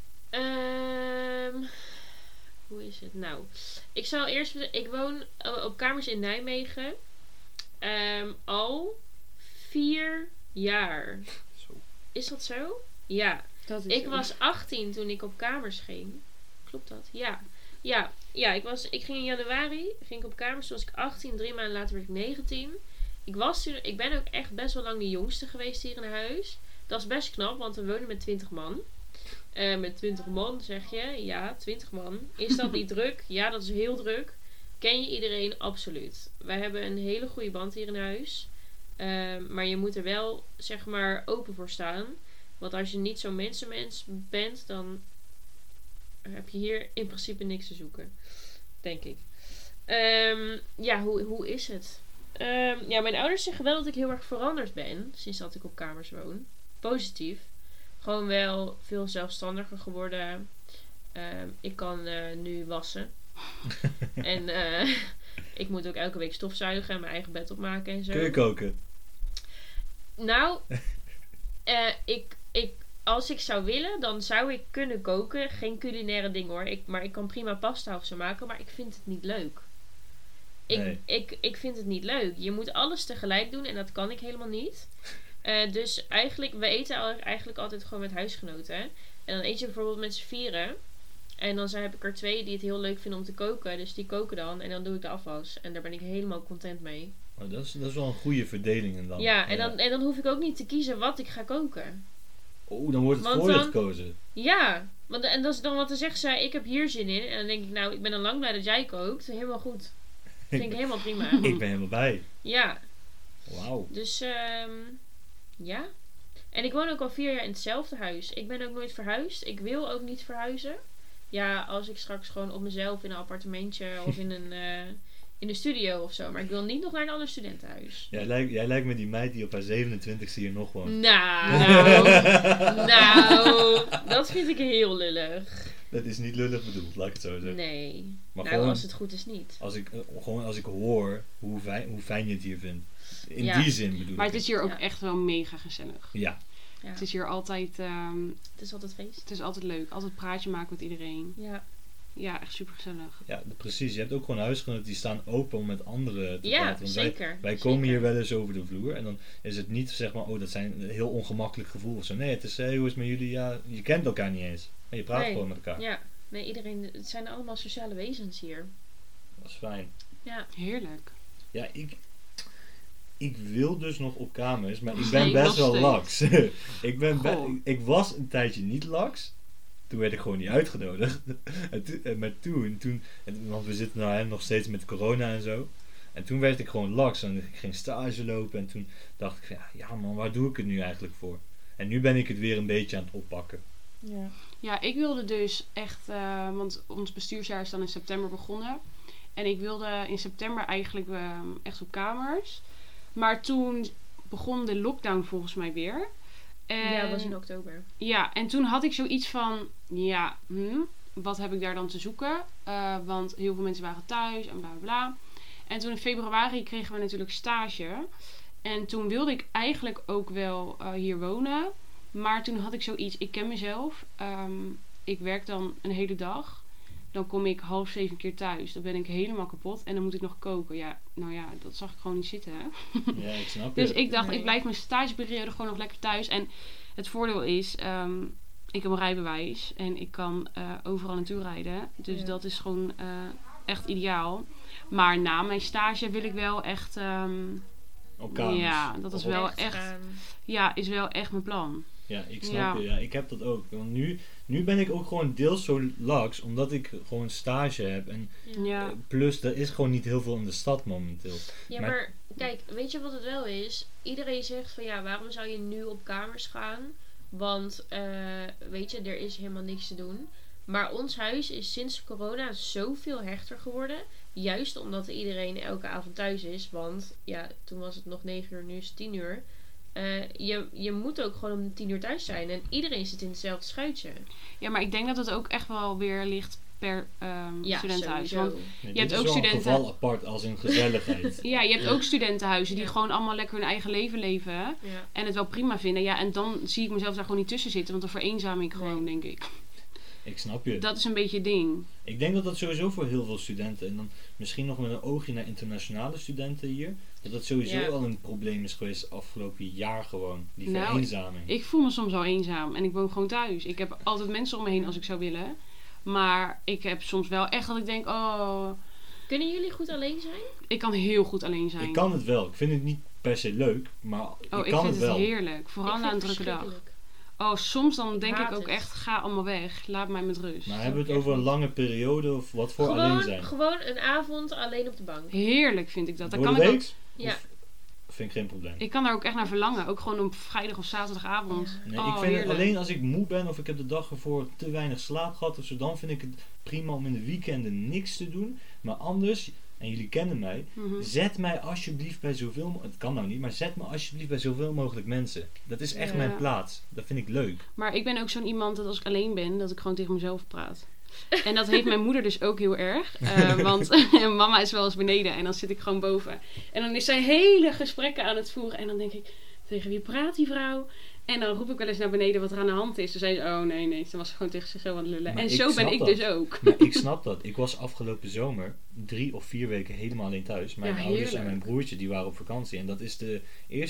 Hoe is het? Nou, ik zal eerst... Ik woon op kamers in Nijmegen. Al 4 jaar. Zo. Is dat zo? Ja. Dat is Ik was 18 toen ik op kamers ging. Klopt dat? Ja. Ja, ik ging in januari ging ik op kamers. Toen was ik 18. 3 maanden later werd ik 19. Ik ben ook echt best wel lang de jongste geweest hier in huis. Dat is best knap, want we wonen met 20 man. Met 20 man zeg je? Ja, 20 man. Is dat niet druk? Ja, dat is heel druk. Ken je iedereen? Absoluut. Wij hebben een hele goede band hier in huis. Maar je moet er wel, zeg maar, open voor staan. Want als je niet zo'n mensenmens bent, dan heb je hier in principe niks te zoeken. Denk ik. Ja, hoe is het? Ja, mijn ouders zeggen wel dat ik heel erg veranderd ben sinds dat ik op kamers woon. Positief. Gewoon wel veel zelfstandiger geworden. Ik kan nu wassen. En ik moet ook elke week stofzuigen en mijn eigen bed opmaken en zo. Kun je koken? Nou, als ik zou willen, dan zou ik kunnen koken. Geen culinaire ding hoor. Maar ik kan prima pasta of zo maken, maar ik vind het niet leuk. Nee. Ik vind het niet leuk. Je moet alles tegelijk doen en dat kan ik helemaal niet. Dus eigenlijk, we eten eigenlijk altijd gewoon met huisgenoten. Hè? En dan eet je bijvoorbeeld met z'n vieren. En dan heb ik er 2 die het heel leuk vinden om te koken. Dus die koken dan. En dan doe ik de afwas. En daar ben ik helemaal content mee. Oh, dat is wel een goede verdeling dan. Ja, en dan hoef ik ook niet te kiezen wat ik ga koken. Oh, dan wordt het Want voor je dan- gekozen. Ja, en dat is dan wat dan zegt zij, ik heb hier zin in. En dan denk ik, nou, ik ben al lang blij dat jij kookt. Helemaal goed. Vind ik helemaal prima. Ik ben helemaal bij. Ja, Wauw. dus ja. En ik woon ook al 4 jaar in hetzelfde huis. Ik ben ook nooit verhuisd. Ik wil ook niet verhuizen. Ja, als ik straks gewoon op mezelf in een appartementje of in een studio of zo. Maar ik wil niet nog naar een ander studentenhuis. Jij lijkt me die meid die op haar 27e hier nog woont. Nou, dat vind ik heel lullig. Dat is niet lullig bedoeld, laat ik het zo zeggen. Nee. Maar Nou, gewoon als het goed is niet. als ik hoor hoe fijn je het hier vindt. In Ja. die zin bedoel Maar ik. het is hier ook Ja. echt wel mega gezellig. Ja. Ja. Het is hier altijd, Het is altijd feest. het is altijd leuk. Altijd praatje maken met iedereen. Ja. Ja, echt super gezellig. Ja, precies. Je hebt ook gewoon huisgenoten die staan open om met anderen te Ja, praten. Want zeker. wij komen Zeker. hier wel eens over de vloer en dan is het niet zeg maar, oh dat zijn een heel ongemakkelijk gevoel of zo. Nee, het is, hey, hoe is het met jullie? Ja, je kent elkaar niet eens. Maar je praat Nee. gewoon met elkaar. Ja. Nee, iedereen, het zijn allemaal sociale wezens hier. Dat is fijn. Ja. Heerlijk. Ja, ik wil dus nog op kamers, maar ik ben Nee, best nog wel steeds. laks. Goh. Ik was een tijdje niet laks. Toen werd ik gewoon niet uitgenodigd. Maar toen, want we zitten nou nog steeds met corona en zo. En toen werd ik gewoon laks en ik ging stage lopen. En toen dacht ik van, ja man, waar doe ik het nu eigenlijk voor? En nu ben ik het weer een beetje aan het oppakken. Ja. Ja, ik wilde dus echt, want ons bestuursjaar is dan in september begonnen. En ik wilde in september eigenlijk echt op kamers. Maar toen begon de lockdown volgens mij weer. En, Ja, dat was in oktober. Ja, en toen had ik zoiets van, wat heb ik daar dan te zoeken? Want heel veel mensen waren thuis en bla bla bla. En toen in februari kregen we natuurlijk stage. En toen wilde ik eigenlijk ook wel hier wonen. Maar toen had ik zoiets, ik ken mezelf. Ik werk dan een hele dag. Dan kom ik 6:30 keer thuis. Dan ben ik helemaal kapot. En dan moet ik nog koken. Ja, nou ja, dat zag ik gewoon niet zitten. Hè? Ja, ik snap je. Dus ik dacht, Nee. ik blijf mijn stageperiode gewoon nog lekker thuis. En het voordeel is, ik heb een rijbewijs. En ik kan overal naartoe rijden. Dus Ja. dat is gewoon echt ideaal. Maar na mijn stage wil ik wel echt... Op kamers. ja, dat is wel echt... gaan. Ja, is wel echt mijn plan. Ja, ik snap Ja. je. Ja, ik heb dat ook. Want nu ben ik ook gewoon deels zo laks, omdat ik gewoon stage heb. En Ja. plus, er is gewoon niet heel veel in de stad momenteel. Ja, Maar- maar kijk, weet je wat het wel is? Iedereen zegt van ja, waarom zou je nu op kamers gaan? Want weet je, er is helemaal niks te doen. Maar ons huis is sinds corona zoveel hechter geworden. Juist omdat iedereen elke avond thuis is. Want ja, toen was het nog 9 uur, nu is het 10 uur. Je moet ook gewoon om 10 uur thuis zijn. En iedereen zit in hetzelfde schuitje. Ja, maar ik denk dat het ook echt wel weer ligt per Ja, studentenhuis. sowieso. Want Nee, Je hebt dit ook is wel studenten- een geval apart als in gezelligheid. ja, je hebt ook studentenhuizen die Ja. gewoon allemaal lekker hun eigen leven leven. Ja. En het wel prima vinden. Ja, en dan zie ik mezelf daar gewoon niet tussen zitten. Want dan vereenzam ik gewoon, denk ik. Ik snap je. Dat is een beetje het ding. Ik denk dat dat sowieso voor heel veel studenten, en dan misschien nog met een oogje naar internationale studenten hier, dat sowieso al een probleem is geweest afgelopen jaar gewoon. Die vereenzaming. Ik voel me soms al eenzaam en ik woon gewoon thuis. Ik heb altijd mensen om me heen als ik zou willen. Maar ik heb soms wel echt dat ik denk, Kunnen jullie goed alleen zijn? ik kan heel goed alleen zijn. Ik kan het wel. Ik vind het niet per se leuk, maar ik kan ik het vind wel. het heerlijk. Vooral Ik na een vind het drukke dag. verschrikkelijk. Soms dan denk haat ik ook het. echt, ga allemaal weg. Laat mij met rust. Maar hebben we het over een lange periode of wat voor alleen zijn? Gewoon een avond alleen op de bank. Heerlijk vind ik dat. Door kan de ik ook. week? Ja. Vind ik geen probleem. Ik kan daar ook echt naar verlangen. Ook gewoon op vrijdag of zaterdagavond. Nee, ik vind heerlijk. het alleen als ik moe ben of ik heb de dag ervoor te weinig slaap gehad of zo, dan vind ik het prima om in de weekenden niks te doen. Maar anders, en jullie kennen mij, zet mij alsjeblieft bij zoveel, het kan nou niet, maar zet me alsjeblieft bij zoveel mogelijk mensen. Dat is echt mijn plaats. Dat vind ik leuk. Maar ik ben ook zo'n iemand dat als ik alleen ben, dat ik gewoon tegen mezelf praat. En dat heeft mijn moeder dus ook heel erg. Want mama is wel eens beneden en dan zit ik gewoon boven. En dan is zij hele gesprekken aan het voeren. En dan denk ik, tegen wie praat die vrouw? En dan roep ik wel eens naar beneden wat er aan de hand is. Toen zei ze, oh nee. Ze was gewoon tegen zichzelf aan het lullen. Maar en ik zo ben snap ik dat. dus ook. Maar ik snap dat. Ik was afgelopen zomer 3 of 4 weken helemaal alleen thuis. Mijn ouders en heerlijk. mijn broertje die waren op vakantie. En dat is de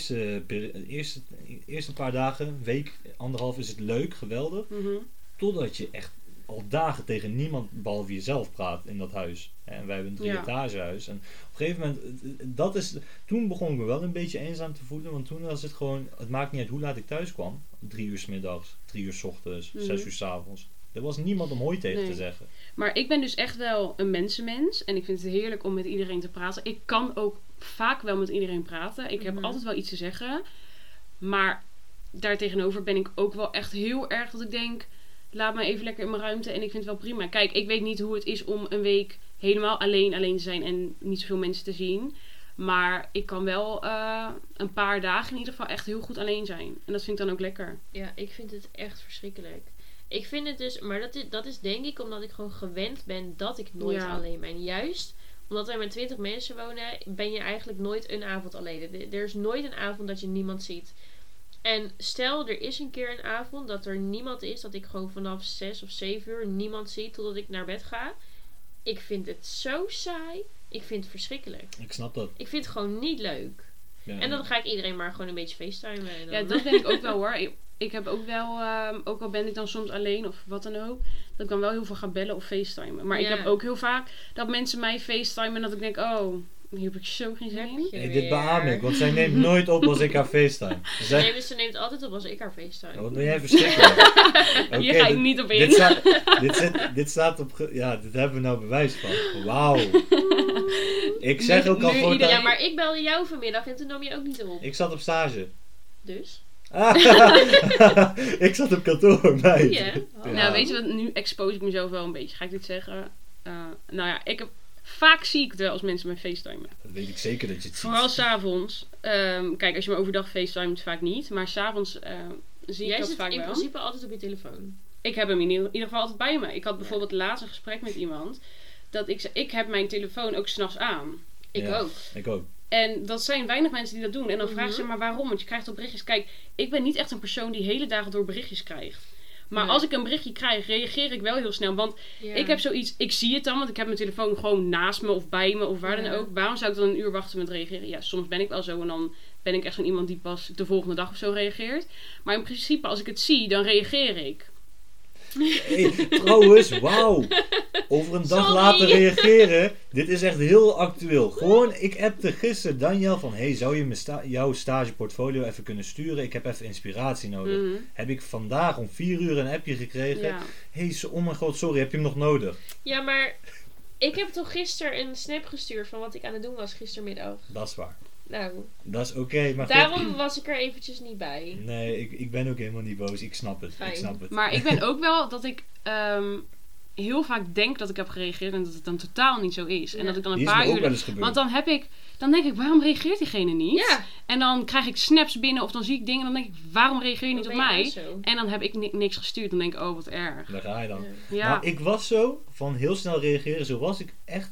eerste paar dagen, week, 1,5 is het leuk, geweldig. Totdat je echt al dagen tegen niemand behalve jezelf praat in dat huis. En wij hebben een 3-etagehuis. En op een gegeven moment, toen begon ik me wel een beetje eenzaam te voelen. Want toen was het gewoon, het maakt niet uit hoe laat ik thuis kwam. 3 uur 's middags, 3 uur 's ochtends, 6 uur 's avonds. Er was niemand om hoi tegen te zeggen. Maar ik ben dus echt wel een mensenmens. En ik vind het heerlijk om met iedereen te praten. Ik kan ook vaak wel met iedereen praten. Ik heb altijd wel iets te zeggen. Maar daartegenover ben ik ook wel echt heel erg dat ik denk, laat me even lekker in mijn ruimte en ik vind het wel prima. Kijk, ik weet niet hoe het is om een week helemaal alleen te zijn en niet zoveel mensen te zien. Maar ik kan wel een paar dagen in ieder geval echt heel goed alleen zijn. En dat vind ik dan ook lekker. Ja, ik vind het echt verschrikkelijk. Ik vind het dus, maar dat is denk ik omdat ik gewoon gewend ben dat ik nooit alleen ben. Juist omdat wij met 20 mensen wonen, ben je eigenlijk nooit een avond alleen. Er is nooit een avond dat je niemand ziet. En stel, er is een keer een avond dat er niemand is, dat ik gewoon vanaf 6 of 7 uur niemand zie totdat ik naar bed ga. Ik vind het zo saai. Ik vind het verschrikkelijk. Ik snap dat. Ik vind het gewoon niet leuk. Ja, en dan ga ik iedereen maar gewoon een beetje facetimen. En dan... Ja, dat ben ik ook wel hoor. Ik heb ook wel, ook al ben ik dan soms alleen of wat dan ook, dat ik dan wel heel veel ga bellen of facetimen. Maar ik heb ook heel vaak dat mensen mij facetimen en dat ik denk, hier heb ik zo geen zin in. Hey, dit beaam ik, want zij neemt nooit op als ik haar facetime. Ze neemt altijd op als ik haar facetime. Wat ben jij verschrikkelijk? Okay, hier ga ik niet op in. Dit staat op... Ja, dit hebben we nou bewijs van. Wauw. Ik zeg ook al voor... Ja, maar ik belde jou vanmiddag en toen nam je ook niet op. Ik zat op stage. Dus? Ik zat op kantoor, meid. Ja. Nou, weet je wat? Nu expose ik mezelf wel een beetje. Ga ik dit zeggen? Vaak zie ik het wel als mensen mij facetimen. Dat weet ik zeker dat je het ziet. Vooral s'avonds. Kijk, als je me overdag facetimet, vaak niet. Maar s'avonds zie ik dat vaak wel. Jij zit in principe altijd op je telefoon. Ik heb hem in ieder geval altijd bij me. Ik had bijvoorbeeld laatst een gesprek met iemand. Dat ik zei, ik heb mijn telefoon ook 's nachts aan. Ik ook. En dat zijn weinig mensen die dat doen. En dan vragen ze maar waarom. Want je krijgt al berichtjes. Kijk, ik ben niet echt een persoon die hele dagen door berichtjes krijgt. Maar als ik een berichtje krijg, reageer ik wel heel snel. Want ik heb zoiets, ik zie het dan, want ik heb mijn telefoon gewoon naast me of bij me of waar dan ook. Waarom zou ik dan een uur wachten met reageren? Ja, soms ben ik wel zo en dan ben ik echt zo'n iemand die pas de volgende dag of zo reageert. Maar in principe, als ik het zie, dan reageer ik. Hey, trouwens, wauw. Over een dag later reageren. Dit is echt heel actueel. Gewoon, ik appte gisteren Daniel van... Hey, zou je jouw stageportfolio even kunnen sturen? Ik heb even inspiratie nodig. Heb ik vandaag om 4 uur een appje gekregen. Ja. Hey, oh mijn god, sorry, heb je hem nog nodig? Ja, maar ik heb toch gisteren een snap gestuurd van wat ik aan het doen was gistermiddag. Dat is waar. Nou, dat is oké, maar daarom was ik er eventjes niet bij. Nee, ik ben ook helemaal niet boos. Ik snap het. Fijn. Ik snap het. Maar ik ben ook wel dat ik heel vaak denk dat ik heb gereageerd en dat het dan totaal niet zo is. En dat ik dan een paar uur... Want dan denk ik, waarom reageert diegene niet? Ja. En dan krijg ik snaps binnen of dan zie ik dingen en dan denk ik, waarom reageer je niet op mij? En dan heb ik niks gestuurd. Dan denk ik, oh wat erg. Daar ga je dan. Ja. Maar ik was zo van heel snel reageren. Zo was ik echt.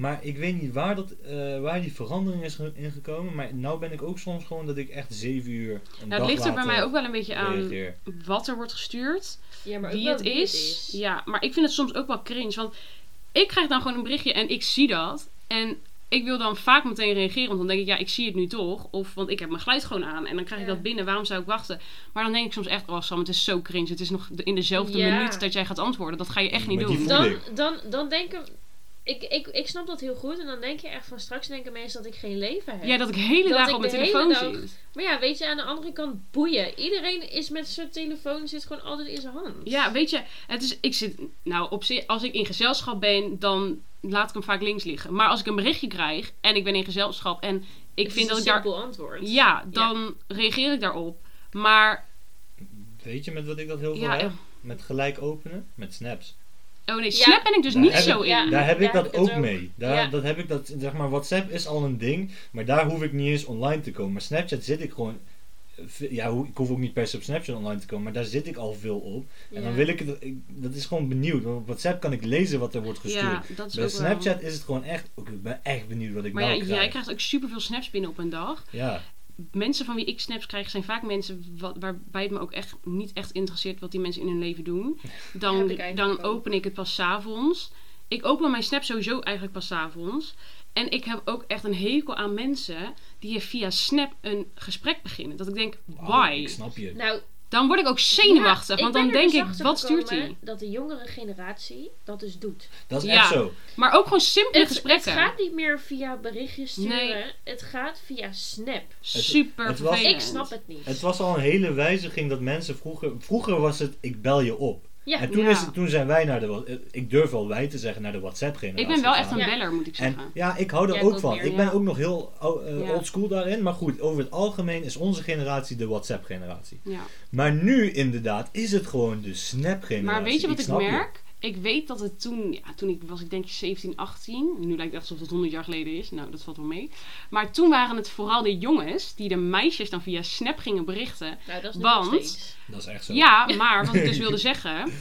Maar ik weet niet waar die verandering is ingekomen. Maar nou ben ik ook soms gewoon dat ik echt 7 uur een dag Het ligt er bij later mij ook wel een beetje aan reageer. wat er wordt gestuurd. Ja, maar ook Wie wel het is. Ja, maar ik vind het soms ook wel cringe. Want ik krijg dan gewoon een berichtje en ik zie dat. En ik wil dan vaak meteen reageren. Want dan denk ik, ja, ik zie het nu toch. Of, want ik heb mijn geluid gewoon aan. En dan krijg ik dat binnen. Waarom zou ik wachten? Maar dan denk ik soms echt, oh Sam, het is zo cringe. Het is nog in dezelfde minuut dat jij gaat antwoorden. Dat ga je echt niet Maar die doen. voel Dan denken... Ik snap dat heel goed. En dan denk je echt van straks denken mensen dat ik geen leven heb. Ja, dat ik hele Dat dagen ik op mijn de hele telefoon dag- zit. Maar ja, weet je, aan de andere kant boeien. Iedereen is met zijn telefoon, zit gewoon altijd in zijn hand. Ja, weet je, als ik in gezelschap ben, dan laat ik hem vaak links liggen. Maar als ik een berichtje krijg en ik ben in gezelschap en ik vind dat ik daar... simpel antwoord. Ja, dan reageer ik daarop. Maar... Weet je met wat ik dat heel veel Ja, heb? Met gelijk openen? Met snaps. Oh nee, Snap ben ik dus niet zo in. Ja. Daar heb ik Daar dat heb ik ook het mee. Dat heb ik dat, zeg maar, WhatsApp is al een ding, maar daar hoef ik niet eens online te komen. Maar Snapchat zit ik gewoon, ja, ik hoef ook niet per se op Snapchat online te komen, maar daar zit ik al veel op. En dan wil ik het, dat is gewoon benieuwd. Want op WhatsApp kan ik lezen wat er wordt gestuurd. Ja, dat is Bij ook Snapchat wel. is het gewoon echt, ik ben echt benieuwd wat ik Maar nou ja, krijg. jij krijgt ook superveel snaps binnen op een dag. Ja. Mensen van wie ik snaps krijg zijn vaak mensen waarbij het me ook echt niet echt interesseert wat die mensen in hun leven doen. Heb ik Dan eigenlijk ook. open ik het pas 's avonds. Ik open mijn snap sowieso eigenlijk pas 's avonds. En ik heb ook echt een hekel aan mensen die via Snap een gesprek beginnen. Dat ik denk, why? Ik snap je. Nou, Dan word ik ook zenuwachtig. ja, want dan ben er denk dus ik, achter wat stuurt gekomen hij? dat de jongere generatie dat dus doet. Dat is Ja. echt zo. Maar ook gewoon simpele Het gesprekken. gaat niet meer via berichtjes sturen. Nee. Het gaat via Snap. Super het was- vervelend. Ik snap het niet. Het was al een hele wijziging dat mensen vroeger was het, ik bel je op. Ja. En toen, Ja. toen zijn wij ik durf wel wij te zeggen, naar de WhatsApp-generatie Ik ben wel echt gegaan. een Ja. beller, moet ik En zeggen. ja, ik hou er Ja, ook ik van. ook meer, Ik ben ja. ook nog heel Ja. oldschool daarin. Maar goed, over het algemeen is onze generatie de WhatsApp-generatie. Ja. Maar nu inderdaad is het gewoon de Snap-generatie. Maar weet je wat ik snap je. merk? Ik weet dat het toen was ik denk 17, 18. Nu lijkt het echt alsof het 100 jaar geleden is. Nou, dat valt wel mee. Maar toen waren het vooral de jongens die de meisjes dan via Snap gingen berichten. Nou, dat is Want- nog steeds. Dat is echt zo. Ja, maar wat ik dus wilde zeggen...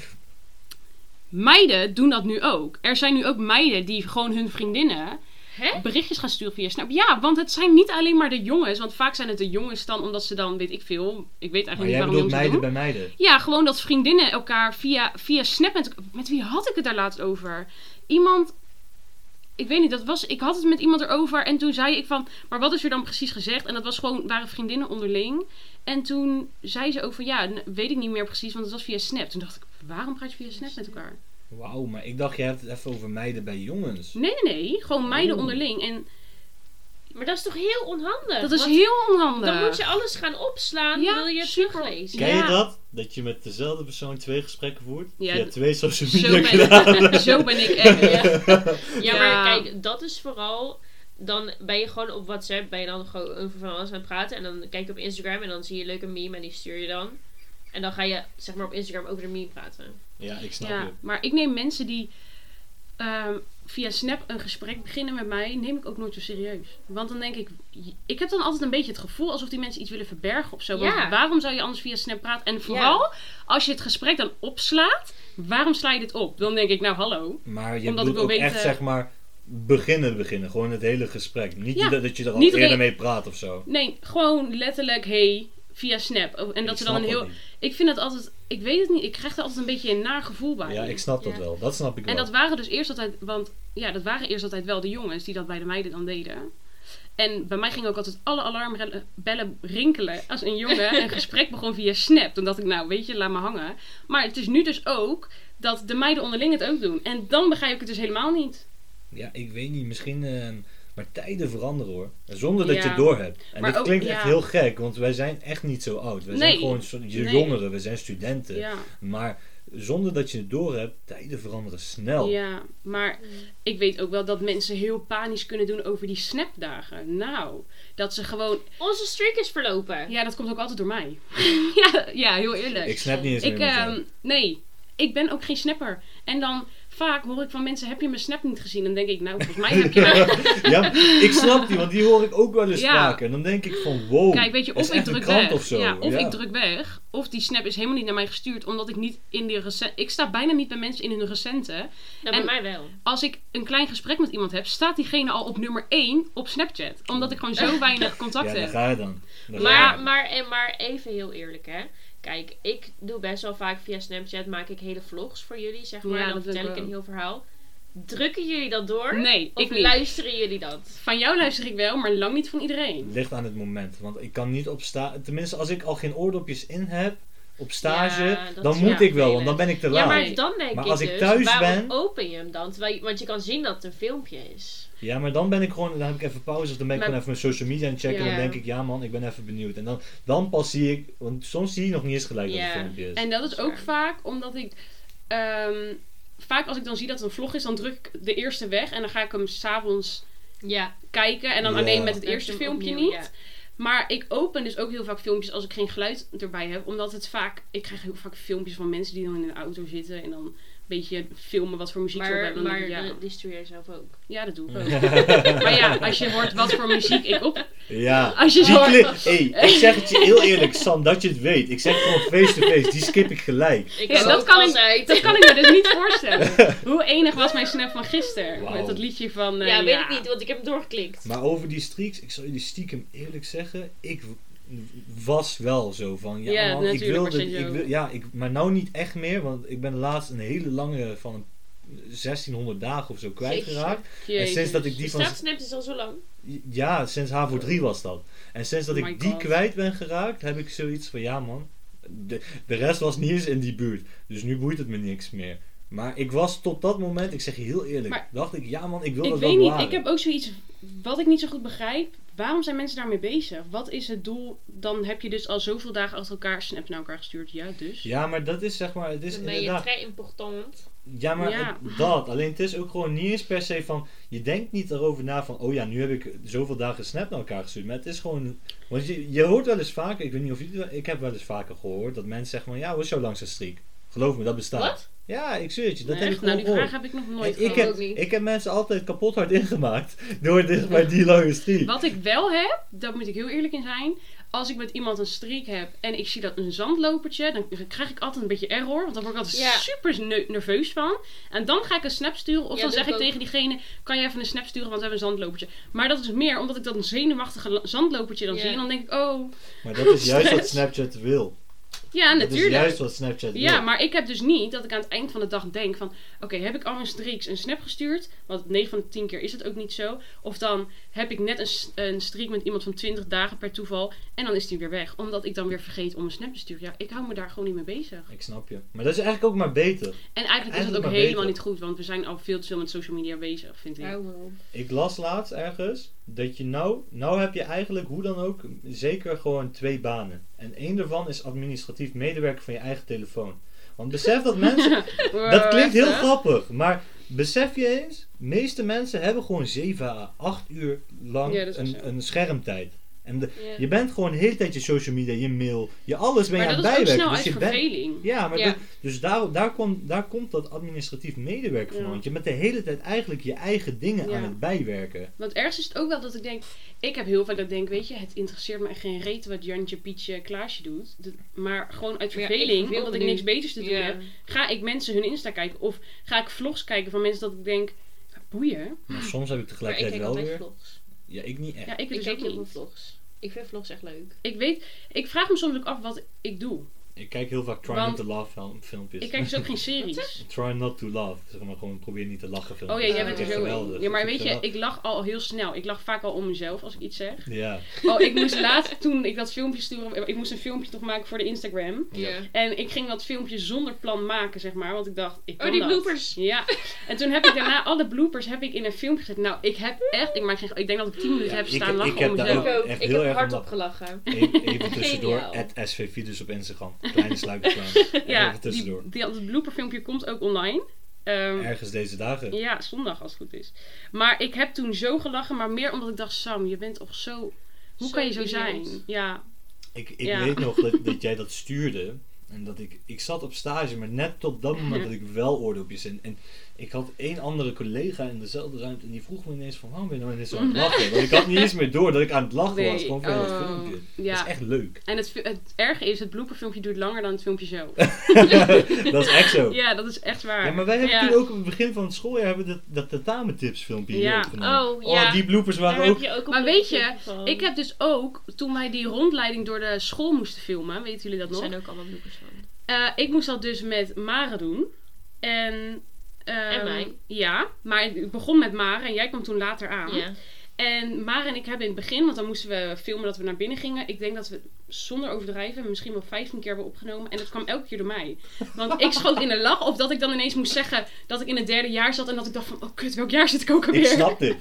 Meiden doen dat nu ook. Er zijn nu ook meiden die gewoon hun vriendinnen Hè? berichtjes gaan sturen via Snap. Ja, want het zijn niet alleen maar de jongens. Want vaak zijn het de jongens dan, omdat ze dan, weet ik veel... Ik weet Maar eigenlijk niet jij waarom bedoelt jongens dat meiden doen. bij meiden. Ja, gewoon dat vriendinnen elkaar via Snap... Met wie had ik het daar laatst over? Iemand... Ik weet niet, ik had het met iemand erover en toen zei ik van... Maar wat is er dan precies gezegd? En dat was gewoon, waren vriendinnen onderling. En toen zei ze over, ja, weet ik niet meer precies, want het was via Snap. Toen dacht ik, waarom praat je via Snap met elkaar? Wauw, maar ik dacht, je hebt het even over meiden bij jongens. Nee. Gewoon meiden Oh. onderling. En Maar dat is toch heel onhandig? dat is Want heel onhandig. dan moet je alles gaan opslaan, Ja, wil je het super. teruglezen. Ken je Ja. dat? Dat je met dezelfde persoon 2 gesprekken voert? Ja, Via 2 social Zo media kanalen. zo ben ik echt. Ja, Ja. maar kijk, dat is vooral... Dan ben je gewoon op WhatsApp, ben je dan gewoon over van alles aan het praten. En dan kijk je op Instagram en dan zie je een leuke meme en die stuur je dan. En dan ga je, zeg maar, op Instagram over de meme praten. Ja, ik snap Ja, je. maar ik neem mensen die via Snap een gesprek beginnen met mij, neem ik ook nooit zo serieus. Want dan denk ik heb dan altijd een beetje het gevoel alsof die mensen iets willen verbergen of zo. Want Ja. waarom zou je anders via Snap praten? En vooral, als je het gesprek dan opslaat, waarom sla je dit op? Dan denk ik, nou hallo. Maar je Omdat ik bedoelt wil ook echt, weten- zeg maar, beginnen. Gewoon het hele gesprek. Niet Ja. dat je er al Niet eerder re- mee praat of zo. Nee, gewoon letterlijk, hey, via Snap. En dat Ik ze dan een snap heel... dat niet. Ik vind het altijd... Ik weet het niet. Ik krijg er altijd een beetje een naar gevoel bij. Ja, ik snap dat Ja. wel. Dat snap ik wel. En dat waren dus eerst altijd... Want ja, dat waren eerst altijd wel de jongens die dat bij de meiden dan deden. En bij mij gingen ook altijd alle alarmbellen rinkelen als een jongen een gesprek begon via Snap. Toen dacht ik, nou weet je, laat me hangen. Maar het is nu dus ook dat de meiden onderling het ook doen. En dan begrijp ik het dus helemaal niet. Ja, ik weet niet. Misschien... maar tijden veranderen hoor. Zonder dat Ja. je het doorhebt. En Maar dit ook- klinkt ja. echt heel gek. Want wij zijn echt niet zo oud. Wij zijn Nee. gewoon Nee. jongeren. We zijn studenten. Ja, Maar zonder dat je het doorhebt, tijden veranderen snel. ja, maar ik weet ook wel dat mensen heel panisch kunnen doen over die Snapdagen. Nou, dat ze gewoon... Onze streak is verlopen. Ja, dat komt ook altijd door mij. ja, heel eerlijk. Ik snap niet eens Ik, meer met jou. nee, ik ben ook geen snapper. En dan vaak hoor ik van mensen, heb je mijn Snap niet gezien? Dan denk ik, nou, volgens mij heb je mij... Ja, ik snap die, want die hoor ik ook wel eens Ja. vaker. En dan denk ik van, wow, Kijk, weet je, dat is of ik echt een druk krant weg. of zo. Ja, of Ja. ik druk weg. Of die Snap is helemaal niet naar mij gestuurd, omdat ik niet in die recent... Ik sta bijna niet bij mensen in hun recenten. Nou, bij En- mij wel. Als ik een klein gesprek met iemand heb, staat diegene al op nummer 1 op Snapchat. Omdat ik gewoon zo weinig contact Ja, daar heb. ga je dan. Daar ga je. Maar even heel eerlijk, hè. Kijk, ik doe best wel vaak via Snapchat, maak ik hele vlogs voor jullie, zeg maar. Ja, Dan dat vertel doe ik ik een ook. heel verhaal. Drukken jullie dat door? Nee, Of ik niet. luisteren jullie dat? Van jou luister ik wel, maar lang niet van iedereen. Het ligt aan het moment. Want ik kan niet op stage... Tenminste, als ik al geen oordopjes in heb op stage, Ja, dat dan is moet wel ik wel, want dan ben ik te Ja, laat. maar dan denk Maar ik als ik dus, thuis waarom ben- open je hem dan? Want je kan zien dat het een filmpje is. Ja, maar dan ben ik gewoon... Dan heb ik even pauze, of dan ben ik Maar- gewoon even mijn social media aan het checken. En Ja. dan denk ik, ja man, ik ben even benieuwd. En dan pas zie ik... Want soms zie je nog niet eens gelijk dat Ja. het een filmpje is. En dat is ook Waar. vaak omdat ik... vaak als ik dan zie dat het een vlog is, dan druk ik de eerste weg. En dan ga ik hem s'avonds Ja. kijken. En dan Ja. alleen met het Dan eerste heb je hem filmpje opnieuw, niet. ja. Maar ik open dus ook heel vaak filmpjes als ik geen geluid erbij heb. Omdat het vaak... Ik krijg heel vaak filmpjes van mensen die dan in een auto zitten. En dan een beetje filmen wat voor muziek ze op Maar, hebben. Dan maar denk ik, ja, die stuur jij zelf ook. ja, dat doe ik ook. Maar ja, als je hoort wat voor muziek ik op... Ja. Als je Die zo... hey, ik zeg het je heel eerlijk, Sam, dat je het weet. Ik zeg gewoon face-to-face, die skip ik gelijk. Ik Ja, ook dat kan ik- altijd. Dat kan ik me dus niet voorstellen. Hoe enig was mijn snap van gisteren? Wauw. Met dat liedje van... Ja, weet ik niet, want ik heb hem doorgeklikt. Maar over die streaks, ik zal jullie stiekem eerlijk zeggen, ik was wel zo van, ja, Ja, man, ik natuurlijk wilde, was je zo. maar nou niet echt meer, want ik ben laatst een hele lange van 1600 dagen of zo kwijtgeraakt. En Jezus. sinds dat ik die Die van, strafsnap is al zo lang. ja, sinds HAVO 3 was dat. En sinds dat Oh my ik die God. kwijt ben geraakt, heb ik zoiets van, ja man, de rest was niet eens in die buurt. Dus nu boeit het me niks meer. Maar ik was tot dat moment, ik zeg je heel eerlijk, Maar- dacht ik, ja man, ik wil Ik dat weet wel niet, bewaren. ik heb ook zoiets wat ik niet zo goed begrijp. Waarom zijn mensen daarmee bezig? Wat is het doel? Dan heb je dus al zoveel dagen achter elkaar snaps naar elkaar gestuurd. Ja, dus. Ja, maar dat is zeg maar, het is Dan ben je inderdaad... très important. Ja, maar Ja. dat. Alleen het is ook gewoon niet eens per se van... Je denkt niet erover na van... Oh ja, nu heb ik zoveel dagen snap naar elkaar gestuurd. Maar het is gewoon... Want je hoort wel eens vaker... Ik weet niet of jullie... Ik heb wel eens vaker gehoord dat mensen zeggen van... Ja, hoe is jouw langste streak? Geloof me, dat bestaat. Wat? Ja, ik zweer het je. Dat Nee, heb ik echt? Nou, gewoon die vraag gehoord. heb ik nog nooit En ik, gehad. ook niet. ik heb mensen altijd kapot hard ingemaakt. Door bij die lange streak. Wat ik wel heb, daar moet ik heel eerlijk in zijn. Als ik met iemand een streak heb en ik zie dat een zandlopertje, dan krijg ik altijd een beetje error. Want dan word ik altijd Ja. super nerveus van. En dan ga ik een snap sturen. Of Ja, dan doe zeg ik ik ook. tegen diegene, kan je even een snap sturen, want we hebben een zandlopertje. Maar dat is meer omdat ik dat een zenuwachtige zandlopertje dan Ja. zie. En dan denk ik, oh, Maar dat is juist wat Stress. Snapchat wil. ja, Dat is natuurlijk. juist wat Snapchat wil. Ja, maar ik heb dus niet dat ik aan het eind van de dag denk van... Oké, heb ik al mijn streaks een snap gestuurd? Want 9 van de 10 keer is het ook niet zo. Of dan heb ik net een streak met iemand van 20 dagen per toeval. En dan is die weer weg. Omdat ik dan weer vergeet om een snap te sturen. Ja, ik hou me daar gewoon niet mee bezig. Ik snap je. Maar dat is eigenlijk ook maar beter. En eigenlijk is het Eigenlijk ook maar helemaal beter. niet goed. Want we zijn al veel te veel met social media bezig, vind ik. Ik las laatst ergens dat je nou heb je eigenlijk hoe dan ook zeker gewoon 2 banen. En één daarvan is administratief medewerker van je eigen telefoon. Want besef dat mensen, dat klinkt heel grappig, maar besef je eens, de meeste mensen hebben gewoon 7 à 8 uur lang Ja, dat is zo. een schermtijd. En Ja. je bent gewoon de hele tijd je social media, je mail, je alles ben je Maar aan dat het is ook bijwerken. snel Dus uit je bent, verveling. ja, maar Ja. dus daar komt dat administratief medewerker van. Ja. Want je bent de hele tijd eigenlijk je eigen dingen Ja. aan het bijwerken. Want ergens is het ook wel dat ik denk... Ik heb heel vaak dat ik denk, weet je, het interesseert me echt geen reet wat Jantje, Pietje, Klaasje doet. Maar gewoon uit Ja, ik verveling, verveel omdat me ik nu. niks beters te doen Ja. heb, ga ik mensen hun Insta kijken. Of ga ik vlogs kijken van mensen dat ik denk, boeien. Maar soms heb ik Maar ik tegelijkertijd kijk wel altijd weer. vlogs. Ja, ik niet echt. Ja, ik Ik dus kijk ook heel veel niet. vlogs. Ik vind vlogs echt leuk. Ik vraag me soms ook af wat ik doe. Ik kijk heel vaak Try Want- Not To Laugh filmpjes. Ik kijk dus ook geen series. Try Not To Laugh. Zeg maar gewoon probeer niet te lachen filmpjes. Oh ja, jij Dat bent is er echt zo geweldig. in. Ja, maar Dat weet vind je, ik ik lach al heel snel. Ik lach vaak al om mezelf als ik iets zeg. Ja. Oh, ik moest laatst, toen ik dat filmpje stuurde, ik moest een filmpje toch maken voor de Instagram. Ja. En ik ging dat filmpje zonder plan maken, zeg maar. Want ik dacht, ik kan Oh, die dat. bloopers. Ja. En toen heb ik daarna alle bloopers heb ik in een filmpje gezet. Nou, ik heb echt, ik denk dat ik 10 minuten Ja, heb ik- staan ik lachen heb om daar mezelf. Ik ook. echt Ik heel heb erg hardop omdat- gelachen. Even tussendoor, Geniaal. @svvideos op Instagram. Kleine sluikreclame. Ja, Even tussendoor. dat blooperfilmpje komt ook online. Ergens deze dagen. Ja, zondag als het goed is. Maar ik heb toen zo gelachen, maar meer omdat ik dacht, Sam, je bent toch zo... Hoe Zo kan je zo idioot. zijn? Ja. Ik Ja. weet nog dat jij dat stuurde. En dat ik zat op stage, maar net tot dat moment dat ik wel oordopjes in. En ik had 1 andere collega in dezelfde ruimte en die vroeg me ineens van, waarom ben je nou ineens zo aan het lachen? Want ik had niet eens meer door dat ik aan het lachen was, gewoon van dat filmpje. Ja. Dat is echt leuk. En het erge is, het blooperfilmpje duurt langer dan het filmpje zo. Dat is echt zo. Ja, dat is echt waar. Ja, maar wij hebben toen ook op het begin van het schooljaar hebben we dat tamentipsfilmpje hier opgenomen. Oh, ja. Die bloopers waren Daar ook... heb je ook Maar een weet je, van. ik heb dus ook, toen wij die rondleiding door de school moesten filmen, weten jullie dat Er nog? zijn ook allemaal bloepers van. Ik moest dat dus met Mare doen. En mij. Ja, maar ik begon met Mare en jij kwam toen later aan. Ja. En Mare en ik hebben in het begin, want dan moesten we filmen dat we naar binnen gingen. Ik denk dat we zonder overdrijven misschien wel 15 keer hebben opgenomen. En het kwam elke keer door mij. Want ik schoot in de lach. Of dat ik dan ineens moest zeggen dat ik in het 3e jaar zat. En dat ik dacht van, oh kut, welk jaar zit ik ook alweer? Ik snap dit.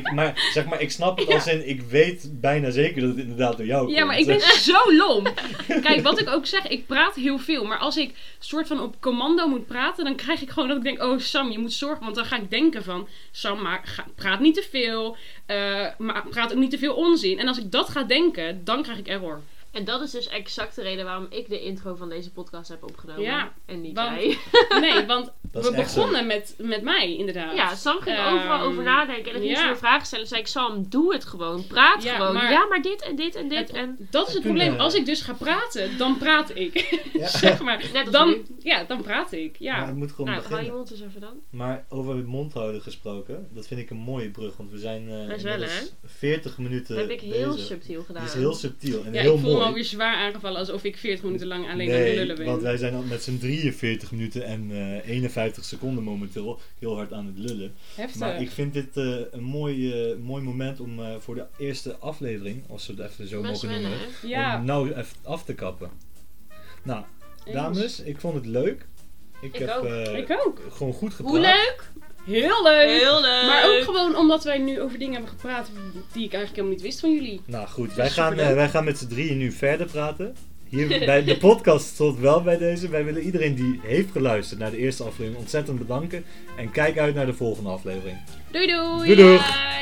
Ik snap het als in, ik weet bijna zeker dat het inderdaad door jou komt. Ja, maar ik ben zo lom. Kijk, wat ik ook zeg, ik praat heel veel. Maar als ik soort van op commando moet praten, dan krijg ik gewoon dat ik denk, oh Sam, je moet zorgen. Want dan ga ik denken van, Sam, maar praat niet te veel. Maar praat ook niet te veel onzin. En als ik dat ga denken, dan krijg ik error. En dat is dus exact de reden waarom ik de intro van deze podcast heb opgenomen. Ja, en niet want- jij. Nee, want Dat is we echt zo. begonnen met mij, inderdaad. Ja, Sam ging overal over nadenken. En dan ging ze ja. weer vragen stellen. Zei ik, Sam, doe het gewoon. Praat Ja, gewoon. maar- Ja, maar dit en dit en dit. En Dat is het toen, probleem. Als ik dus ga praten, dan praat ik. Ja. Zeg maar. Net als Dan, nu. ja, dan praat ik. Ja. Maar het moet gewoon Nou, hou je beginnen. mond eens even dan. Maar over het mondhouden gesproken, dat vind ik een mooie brug. Want we zijn Dat is wel, inmiddels 40 minuten Dat heb ik heel bezig. subtiel gedaan. Dat is heel subtiel en Ja, heel ik voel me mooi. alweer zwaar aangevallen alsof ik 40 minuten lang alleen aan het lullen ben. want wij zijn al met z'n 43 minuten en 51 seconden momenteel heel hard aan het lullen. Heftig. Maar ik vind dit een mooi moment om voor de eerste aflevering, als we het even zo Best mogen wennen, noemen, hè? Ja, om nou even af te kappen. Nou, dames, ik vond het leuk. Ik heb ook. ik ook. gewoon goed gepraat. Hoe leuk? Heel leuk. Heel leuk. Maar ook gewoon omdat wij nu over dingen hebben gepraat die ik eigenlijk helemaal niet wist van jullie. Nou goed, is wij superleuk. gaan met z'n drieën nu verder praten. Hier bij de podcast stond wel bij deze. Wij willen iedereen die heeft geluisterd naar de eerste aflevering ontzettend bedanken. En kijk uit naar de volgende aflevering. Doei doei. Doei doeg!